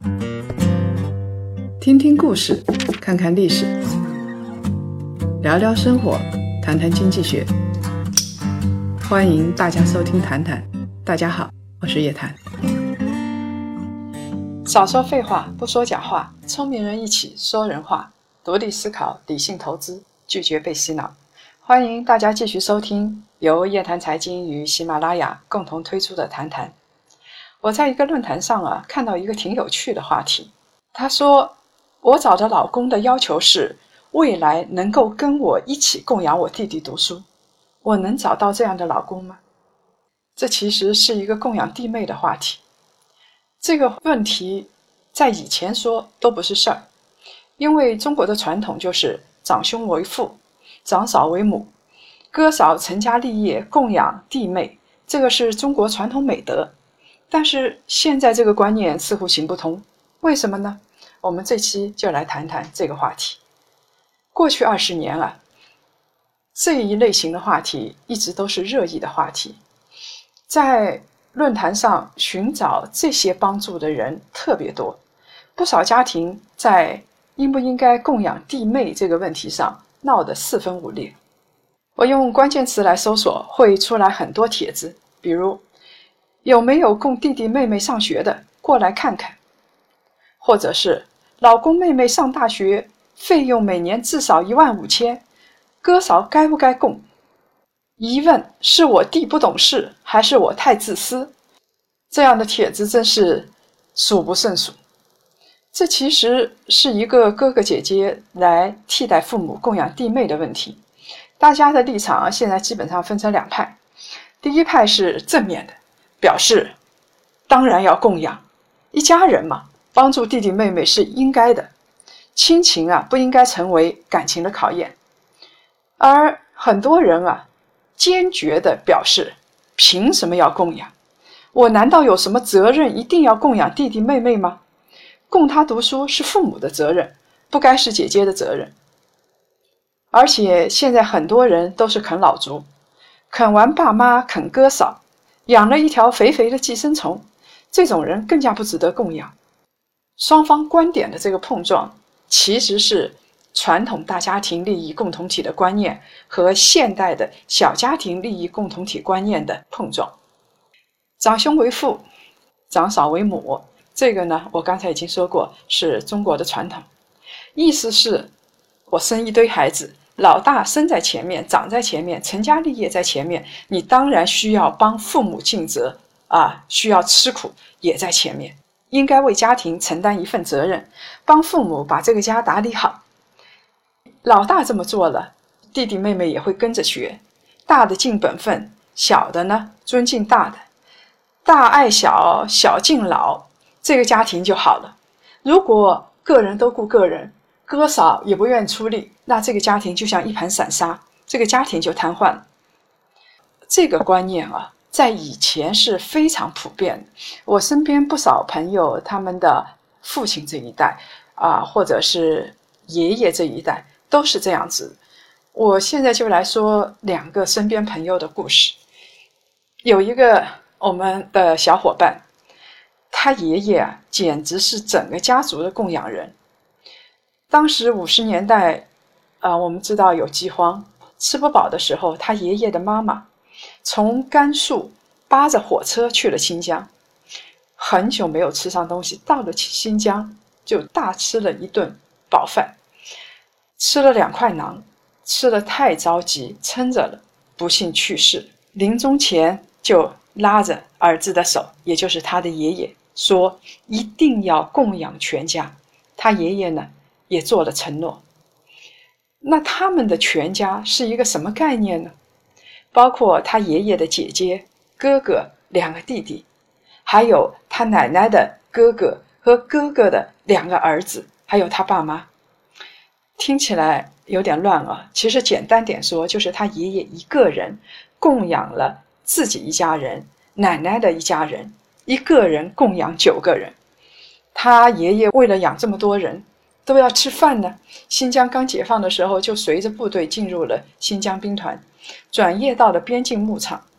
听听故事，看看历史，聊聊生活，谈谈经济学。欢迎大家收听谈谈。大家好，我是叶檀。少说废话，不说假话，聪明人一起说人话，独立思考，理性投资，拒绝被洗脑。欢迎大家继续收听由叶檀财经与喜马拉雅共同推出的谈谈。我在一个论坛上看到一个挺有趣的话题。他说，我找的老公的要求是未来能够跟我一起供养我弟弟读书，我能找到这样的老公吗？这其实是一个供养弟妹的话题。这个问题在以前说都不是事儿，因为中国的传统就是长兄为父，长嫂为母，哥嫂成家立业，供养弟妹，这个是中国传统美德。但是现在这个观念似乎行不通，为什么呢？我们这期就来谈谈这个话题。过去20年这一类型的话题一直都是热议的话题，在论坛上寻找这些帮助的人特别多，不少家庭在应不应该供养弟妹这个问题上闹得四分五裂。我用关键词来搜索，会出来很多帖子，比如有没有供弟弟妹妹上学的，过来看看，或者是老公妹妹上大学费用每年至少15000，哥嫂该不该供？疑问是我弟不懂事，还是我太自私？这样的帖子真是数不胜数。这其实是一个哥哥姐姐来替代父母供养弟妹的问题。大家的立场现在基本上分成两派。第一派是正面的，表示当然要供养，一家人嘛，帮助弟弟妹妹是应该的，亲情不应该成为感情的考验。而很多人坚决地表示，凭什么要供养？我难道有什么责任一定要供养弟弟妹妹吗？供他读书是父母的责任，不该是姐姐的责任。而且现在很多人都是啃老族，啃完爸妈啃哥嫂，养了一条肥肥的寄生虫，这种人更加不值得供养。双方观点的这个碰撞，其实是传统大家庭利益共同体的观念和现代的小家庭利益共同体观念的碰撞。长兄为父，长嫂为母，这个呢，我刚才已经说过，是中国的传统。意思是我生一堆孩子，老大生在前面，长在前面，成家立业在前面，你当然需要帮父母尽责需要吃苦也在前面，应该为家庭承担一份责任，帮父母把这个家打理好。老大这么做了，弟弟妹妹也会跟着学，大的尽本分，小的呢尊敬大的，大爱小，小敬老，这个家庭就好了。如果个人都顾个人，哥嫂也不愿意出力，那这个家庭就像一盘散沙，这个家庭就瘫痪了。这个观念在以前是非常普遍的。我身边不少朋友，他们的父亲这一代或者是爷爷这一代都是这样子。我现在就来说2个身边朋友的故事。有一个我们的小伙伴，他爷爷简直是整个家族的供养人。当时50年代我们知道有饥荒，吃不饱的时候，他爷爷的妈妈从甘肃扒着火车去了新疆，很久没有吃上东西，到了新疆就大吃了一顿饱饭，吃了2块馕，吃得太着急，撑着了，不幸去世。临终前就拉着儿子的手，也就是他的爷爷，说一定要供养全家。他爷爷呢也做了承诺。那他们的全家是一个什么概念呢？包括他爷爷的姐姐、哥哥、2个弟弟，还有他奶奶的哥哥和哥哥的2个儿子，还有他爸妈。听起来有点乱其实简单点说，就是他爷爷一个人供养了自己一家人，奶奶的一家人，一个人供养9个人。他爷爷为了养这么多人都要吃饭呢。新疆刚解放的时候，就随着部队进入了新疆兵团，转业到了边境牧场。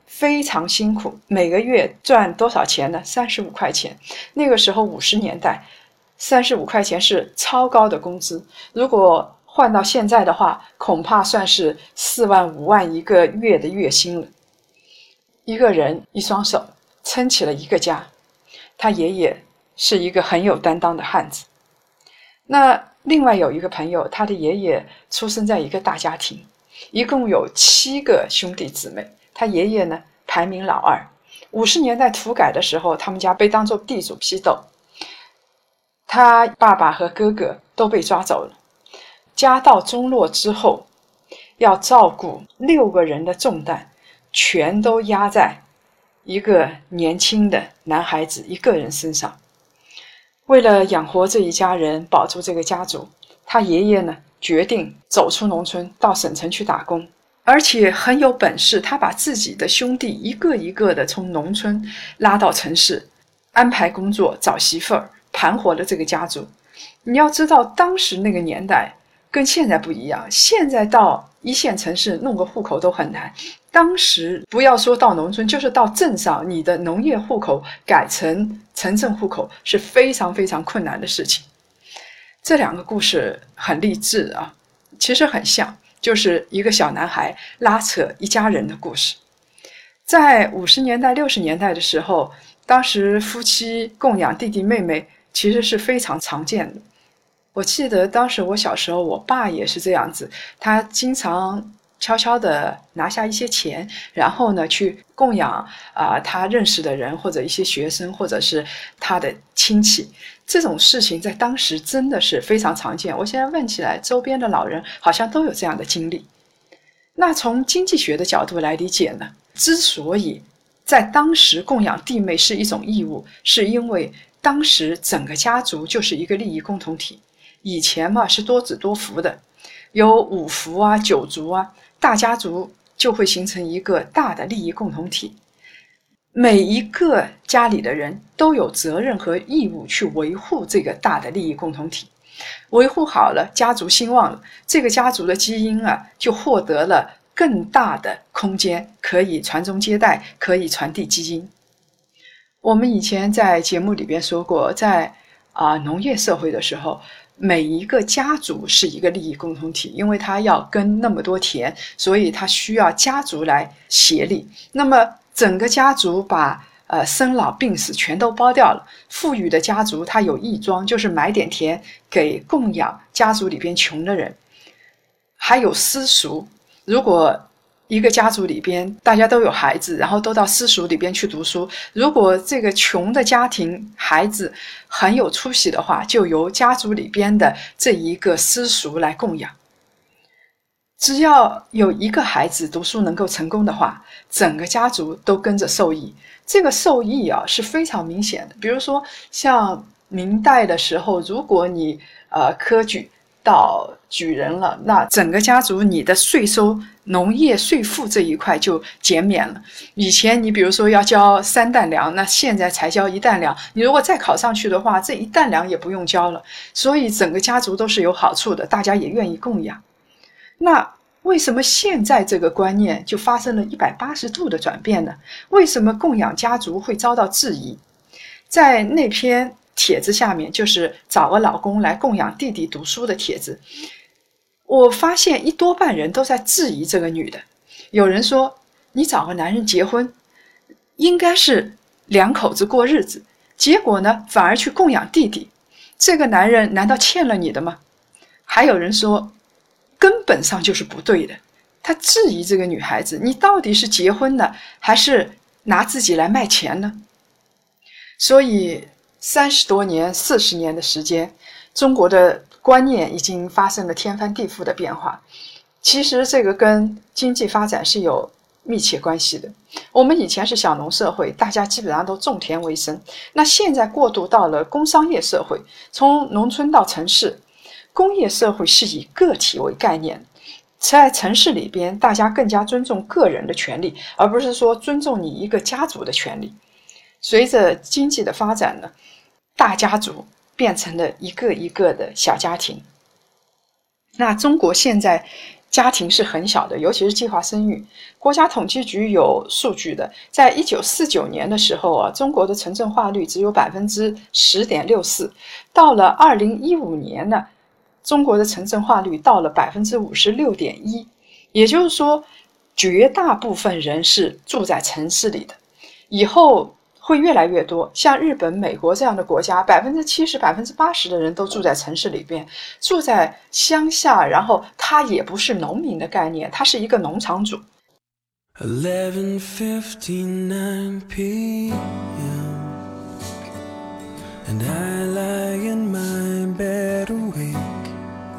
非常辛苦，每个月赚多少钱呢？35块钱。那个时候50年代，35块钱是超高的工资。如果换到现在的话，恐怕算是4万5万一个月的月薪了。一个人一双手撑起了一个家，他爷爷是一个很有担当的汉子。那另外有一个朋友，他的爷爷出生在一个大家庭，一共有7个兄弟姊妹，他爷爷呢排名老2。50年代土改的时候，他们家被当作地主批斗，他爸爸和哥哥都被抓走了。家道中落之后，要照顾6个人的重担全都压在一个年轻的男孩子一个人身上。为了养活这一家人，保住这个家族，他爷爷呢决定走出农村，到省城去打工，而且很有本事，他把自己的兄弟一个一个的从农村拉到城市，安排工作，找媳妇儿，盘活了这个家族。你要知道，当时那个年代跟现在不一样，现在到1线城市弄个户口都很难，当时不要说到农村，就是到镇上，你的农业户口改成城镇户口是非常非常困难的事情。这2个故事很励志啊，其实很像，就是一个小男孩拉扯一家人的故事。在50年代60年代的时候，当时夫妻供养弟弟妹妹其实是非常常见的。我记得当时我小时候，我爸也是这样子，他经常悄悄地拿下一些钱，然后呢去供养他认识的人，或者一些学生，或者是他的亲戚。这种事情在当时真的是非常常见。我现在问起来，周边的老人好像都有这样的经历。那从经济学的角度来理解呢，之所以在当时供养弟妹是一种义务，是因为当时整个家族就是一个利益共同体。以前嘛是多子多福的，有5福啊9族啊，大家族就会形成一个大的利益共同体。每一个家里的人都有责任和义务去维护这个大的利益共同体，维护好了，家族兴旺了，这个家族的基因就获得了更大的空间，可以传宗接代，可以传递基因。我们以前在节目里边说过，在农业社会的时候，每一个家族是一个利益共同体，因为他要耕那么多田，所以他需要家族来协力。那么整个家族把生老病死全都包掉了，富裕的家族他有义庄，就是买点田给供养家族里边穷的人。还有私塾，如果一个家族里边大家都有孩子，然后都到私塾里边去读书，如果这个穷的家庭孩子很有出息的话，就由家族里边的这一个私塾来供养。只要有一个孩子读书能够成功的话，整个家族都跟着受益。这个受益是非常明显的。比如说像明代的时候，如果你科举到举人了，那整个家族你的税收农业税赋这一块就减免了。以前你比如说要交3担粮，那现在才交1担粮，你如果再考上去的话，这1担粮也不用交了。所以整个家族都是有好处的，大家也愿意供养。那为什么现在这个观念就发生了180度的转变呢？为什么供养家族会遭到质疑？在那篇帖子下面，就是找个老公来供养弟弟读书的帖子，我发现一多半人都在质疑这个女的。有人说，你找个男人结婚应该是2口子过日子，结果呢反而去供养弟弟，这个男人难道欠了你的吗？还有人说，根本上就是不对的。他质疑这个女孩子，你到底是结婚呢，还是拿自己来卖钱呢？所以30多年40年的时间，中国的观念已经发生了天翻地覆的变化。其实这个跟经济发展是有密切关系的。我们以前是小农社会，大家基本上都种田为生，那现在过渡到了工商业社会，从农村到城市，工业社会是以个体为概念，在城市里边大家更加尊重个人的权利，而不是说尊重你一个家族的权利。随着经济的发展呢，大家族变成了一个一个的小家庭。那中国现在家庭是很小的，尤其是计划生育。国家统计局有数据的，在1949年的时候中国的城镇化率只有 10.64%， 到了2015年呢，中国的城镇化率到了 56.1%， 也就是说绝大部分人是住在城市里的，以后会越来越多。像日本、美国这样的国家，70%、80%的人都住在城市里边，住在乡下，然后他也不是农民的概念，他是一个农场主。 11:59 p.m. and I lie in my bed awake,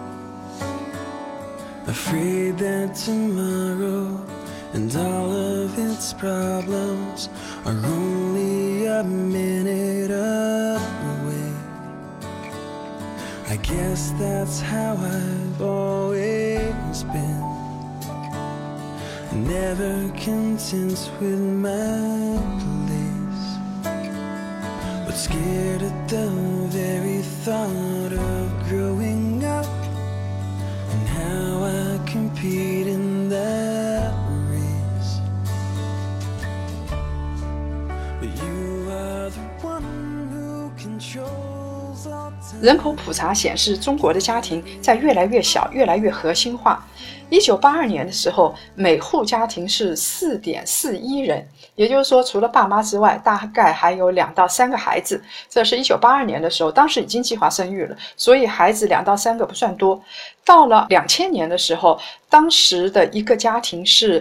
afraid that tomorrow and all of its problems are only a minute away. I guess that's how I've always been, never content with my place, but scared at the very thought of growing up and how I compete in that race. But you are the one who controls all time. 人口普查显示，中国的家庭在越来越小，越来越核心化。1982年的时候，每户家庭是 4.41 人，也就是说除了爸妈之外，大概还有2到3个孩子。这是1982年的时候，当时已经计划生育了，所以孩子2到3个不算多。到了2000年的时候，当时的一个家庭是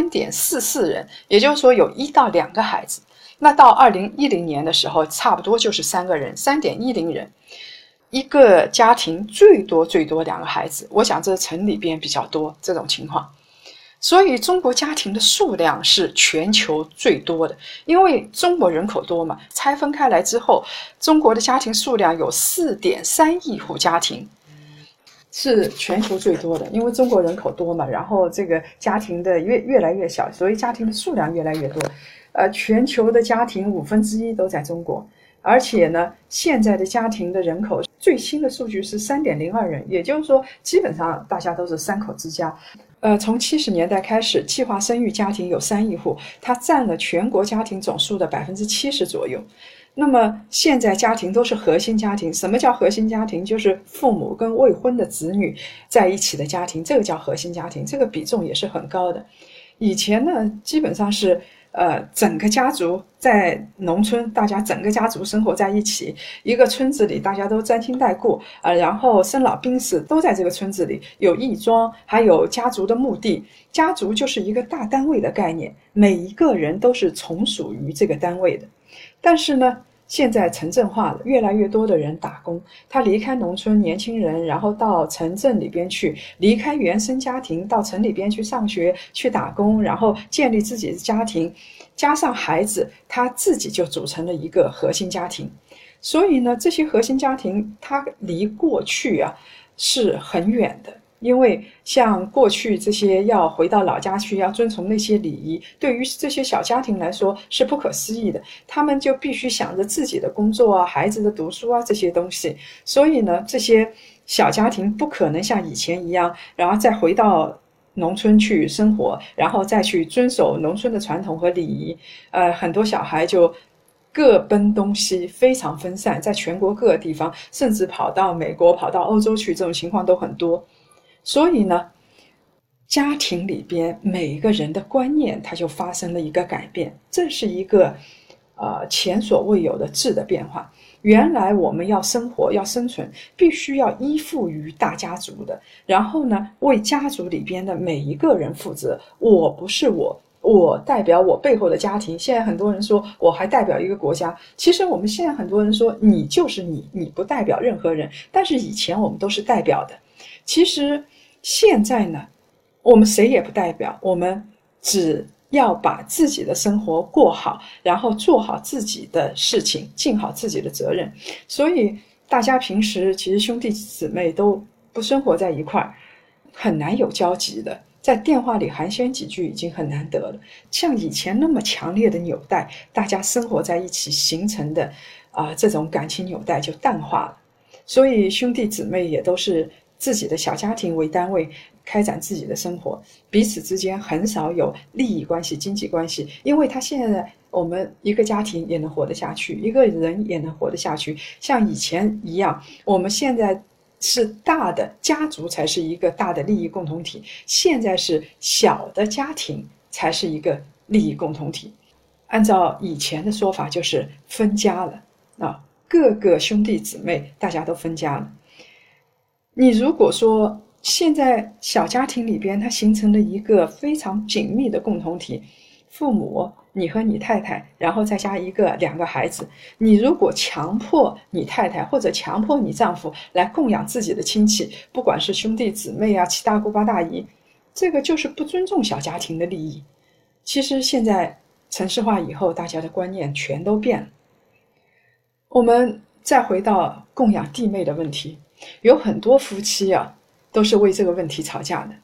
3.44 人，也就是说有1到2个孩子。那到2010年的时候，差不多就是3个人， 3.10 人。一个家庭最多2个孩子，我想这城里边比较多这种情况。所以中国家庭的数量是全球最多的，因为中国人口多嘛，拆分开来之后，中国的家庭数量有 4.3 亿户家庭，是全球最多的。因为中国人口多嘛，然后这个家庭的越来越小，所以家庭的数量越来越多。全球的家庭1/5都在中国。而且呢，现在的家庭的人口最新的数据是 3.02 人，也就是说基本上大家都是3口之家。从70年代开始，计划生育家庭有3亿户，它占了全国家庭总数的 70% 左右。那么现在家庭都是核心家庭。什么叫核心家庭？就是父母跟未婚的子女在一起的家庭，这个叫核心家庭，这个比重也是很高的。以前呢，基本上是整个家族在农村，大家整个家族生活在一起，一个村子里大家都沾亲带故，然后生老病死都在这个村子里，有义庄，还有家族的墓地。家族就是一个大单位的概念，每一个人都是从属于这个单位的。但是呢，现在城镇化了，越来越多的人打工，他离开农村，年轻人然后到城镇里边去，离开原生家庭到城里边去上学去打工，然后建立自己的家庭，加上孩子，他自己就组成了一个核心家庭。所以呢，这些核心家庭它离过去是很远的。因为像过去这些要回到老家去，要遵从那些礼仪，对于这些小家庭来说是不可思议的。他们就必须想着自己的工作孩子的读书这些东西。所以呢，这些小家庭不可能像以前一样，然后再回到农村去生活，然后再去遵守农村的传统和礼仪。很多小孩就各奔东西，非常分散，在全国各个地方，甚至跑到美国跑到欧洲去，这种情况都很多。所以呢，家庭里边每一个人的观念它就发生了一个改变，这是一个前所未有的质的变化。原来我们要生活要生存，必须要依附于大家族的，然后呢，为家族里边的每一个人负责。我不是我代表我背后的家庭。现在很多人说我还代表一个国家，其实我们现在很多人说你就是你不代表任何人，但是以前我们都是代表的。其实现在呢，我们谁也不代表，我们只要把自己的生活过好，然后做好自己的事情，尽好自己的责任。所以大家平时其实兄弟姊妹都不生活在一块儿，很难有交集的，在电话里寒暄几句已经很难得了。像以前那么强烈的纽带，大家生活在一起形成的这种感情纽带就淡化了。所以兄弟姊妹也都是自己的小家庭为单位， 开展自己的生活，彼此之间很少有利益关系、经济关系，因为他现在我们一个家庭也能活得下去，一个人也能活得下去，像以前一样，我们现在是大的家族才是一个大的利益共同体，现在是小的家庭才是一个利益共同体。按照以前的说法就是分家了啊，各个兄弟姊妹大家都分家了。你如果说现在小家庭里边它形成了一个非常紧密的共同体，父母你和你太太，然后再加两个孩子，你如果强迫你太太或者强迫你丈夫来供养自己的亲戚，不管是兄弟姊妹啊、七大姑八大姨，这个就是不尊重小家庭的利益。其实现在城市化以后，大家的观念全都变了。我们再回到供养弟妹的问题，有很多夫妻啊都是为这个问题吵架的。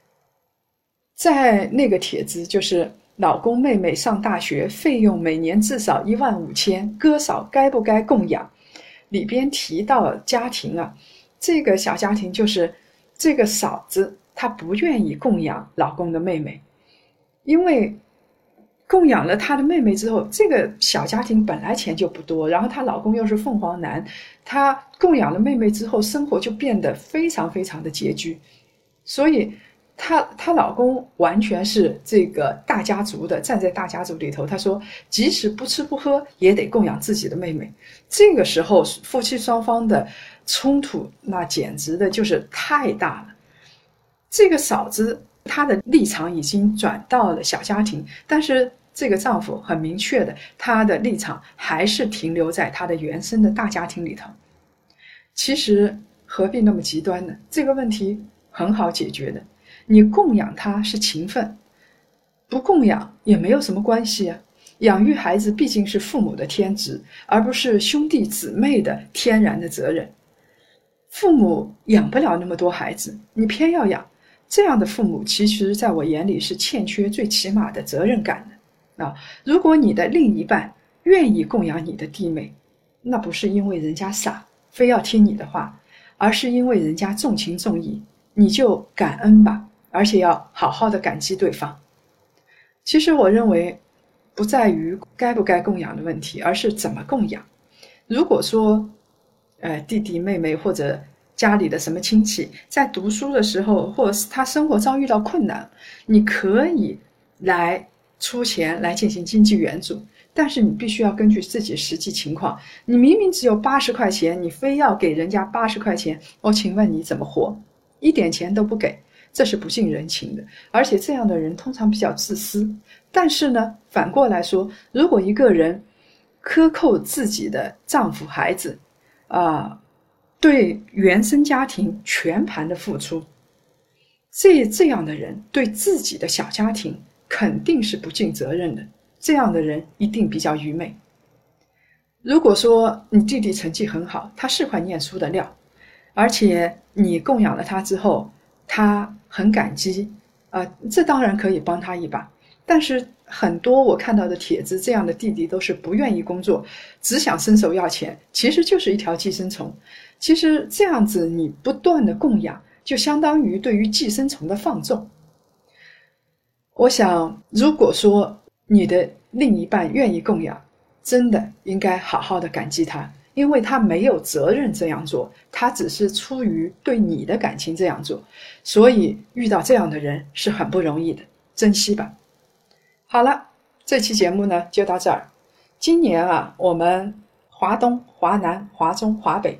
在那个帖子就是老公妹妹上大学费用每年至少15000，哥嫂该不该供养，里边提到家庭啊，这个小家庭就是这个嫂子她不愿意供养老公的妹妹，因为供养了她的妹妹之后，这个小家庭本来钱就不多，然后她老公又是凤凰男，她供养了妹妹之后，生活就变得非常非常的拮据，所以她老公完全是这个大家族的，站在大家族里头，他说即使不吃不喝也得供养自己的妹妹。这个时候夫妻双方的冲突那简直的就是太大了。这个嫂子她的立场已经转到了小家庭，但是这个丈夫很明确的，他的立场还是停留在他的原生的大家庭里头。其实何必那么极端呢？这个问题很好解决的，你供养他是情分，不供养也没有什么关系啊。养育孩子毕竟是父母的天职，而不是兄弟姊妹的天然的责任。父母养不了那么多孩子，你偏要养，这样的父母其实在我眼里是欠缺最起码的责任感的。如果你的另一半愿意供养你的弟妹，那不是因为人家傻非要听你的话，而是因为人家重情重义，你就感恩吧，而且要好好的感激对方。其实我认为不在于该不该供养的问题，而是怎么供养。如果说弟弟妹妹或者家里的什么亲戚在读书的时候，或者是他生活遭遇到困难，你可以来出钱来进行经济援助，但是你必须要根据自己实际情况。你明明只有80块钱，你非要给人家80块钱，我请问你怎么活？一点钱都不给，这是不近人情的。而且这样的人通常比较自私。但是呢，反过来说，如果一个人克扣自己的丈夫孩子对原生家庭全盘的付出，这样的人对自己的小家庭肯定是不尽责任的，这样的人一定比较愚昧。如果说你弟弟成绩很好，他是块念书的料，而且你供养了他之后，他很感激这当然可以帮他一把。但是很多我看到的帖子，这样的弟弟都是不愿意工作，只想伸手要钱，其实就是一条寄生虫。其实这样子你不断的供养，就相当于对于寄生虫的放纵。我想如果说你的另一半愿意供养，真的应该好好的感激他，因为他没有责任这样做，他只是出于对你的感情这样做，所以遇到这样的人是很不容易的，珍惜吧。好了，这期节目呢就到这儿。今年我们华东、华南、华中、华北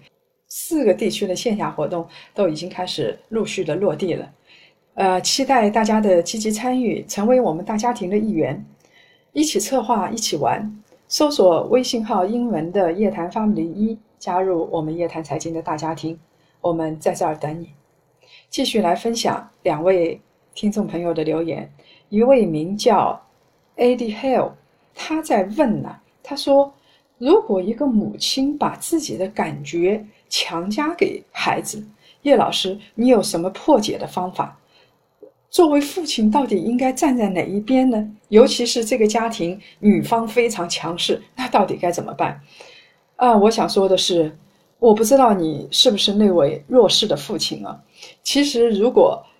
4个地区的线下活动都已经开始陆续的落地了。期待大家的积极参与，成为我们大家庭的一员，一起策划，一起玩。搜索微信号英文的夜谈 Family 1，加入我们夜谈财经的大家庭，我们在这儿等你。继续来分享2位听众朋友的留言，一位名叫 Eddie Hale， 他在问他说，如果一个母亲把自己的感觉强加给孩子，叶老师，你有什么破解的方法？作为父亲到底应该站在哪一边呢？尤其是这个家庭女方非常强势，那到底该怎么办？我想说的是，我不知道你是不是那位弱势的父亲其实如果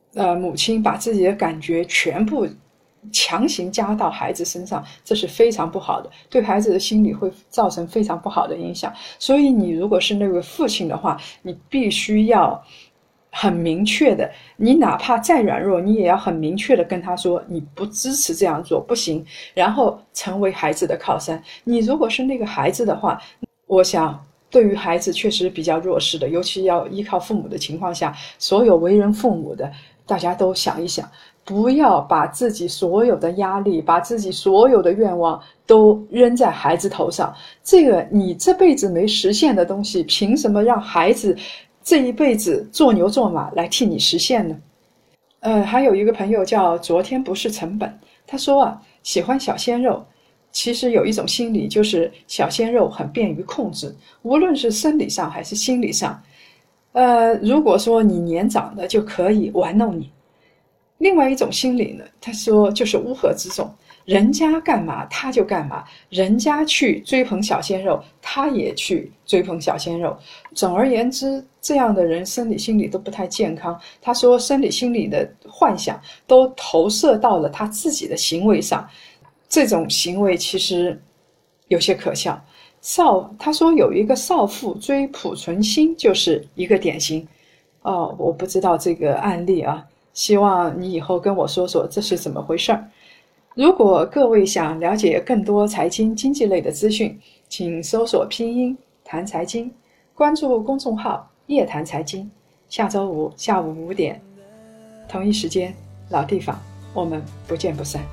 母亲把自己的感觉全部强行加到孩子身上，这是非常不好的，对孩子的心理会造成非常不好的影响。所以你如果是那位父亲的话，你必须要很明确的，你哪怕再软弱，你也要很明确的跟他说你不支持这样做，不行，然后成为孩子的靠山。你如果是那个孩子的话，我想对于孩子确实比较弱势的，尤其要依靠父母的情况下，所有为人父母的大家都想一想，不要把自己所有的压力，把自己所有的愿望都扔在孩子头上。这个你这辈子没实现的东西，凭什么让孩子这一辈子做牛做马来替你实现呢？还有一个朋友叫昨天不是成本，他说啊，喜欢小鲜肉，其实有一种心理，就是小鲜肉很便于控制，无论是生理上还是心理上。如果说你年长的就可以玩弄你。另外一种心理呢，他说就是乌合之众，人家干嘛他就干嘛，人家去追捧小鲜肉，他也去追捧小鲜肉。总而言之，这样的人生理心理都不太健康。他说生理心理的幻想都投射到了他自己的行为上，这种行为其实有些可笑。他说有一个少妇追濮存昕就是一个典型。我不知道这个案例啊，希望你以后跟我说说这是怎么回事儿。如果各位想了解更多财经经济类的资讯，请搜索拼音谈财经，关注公众号夜谈财经。下周五下午5点，同一时间老地方，我们不见不散。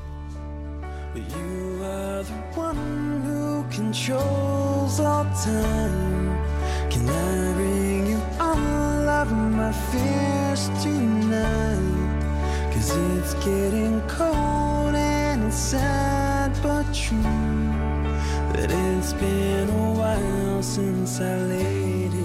You are the one who controls all time. Can I bring you all of my fears tonight? 'Cause it's getting cold and it's sad but true that it's been a while since I laid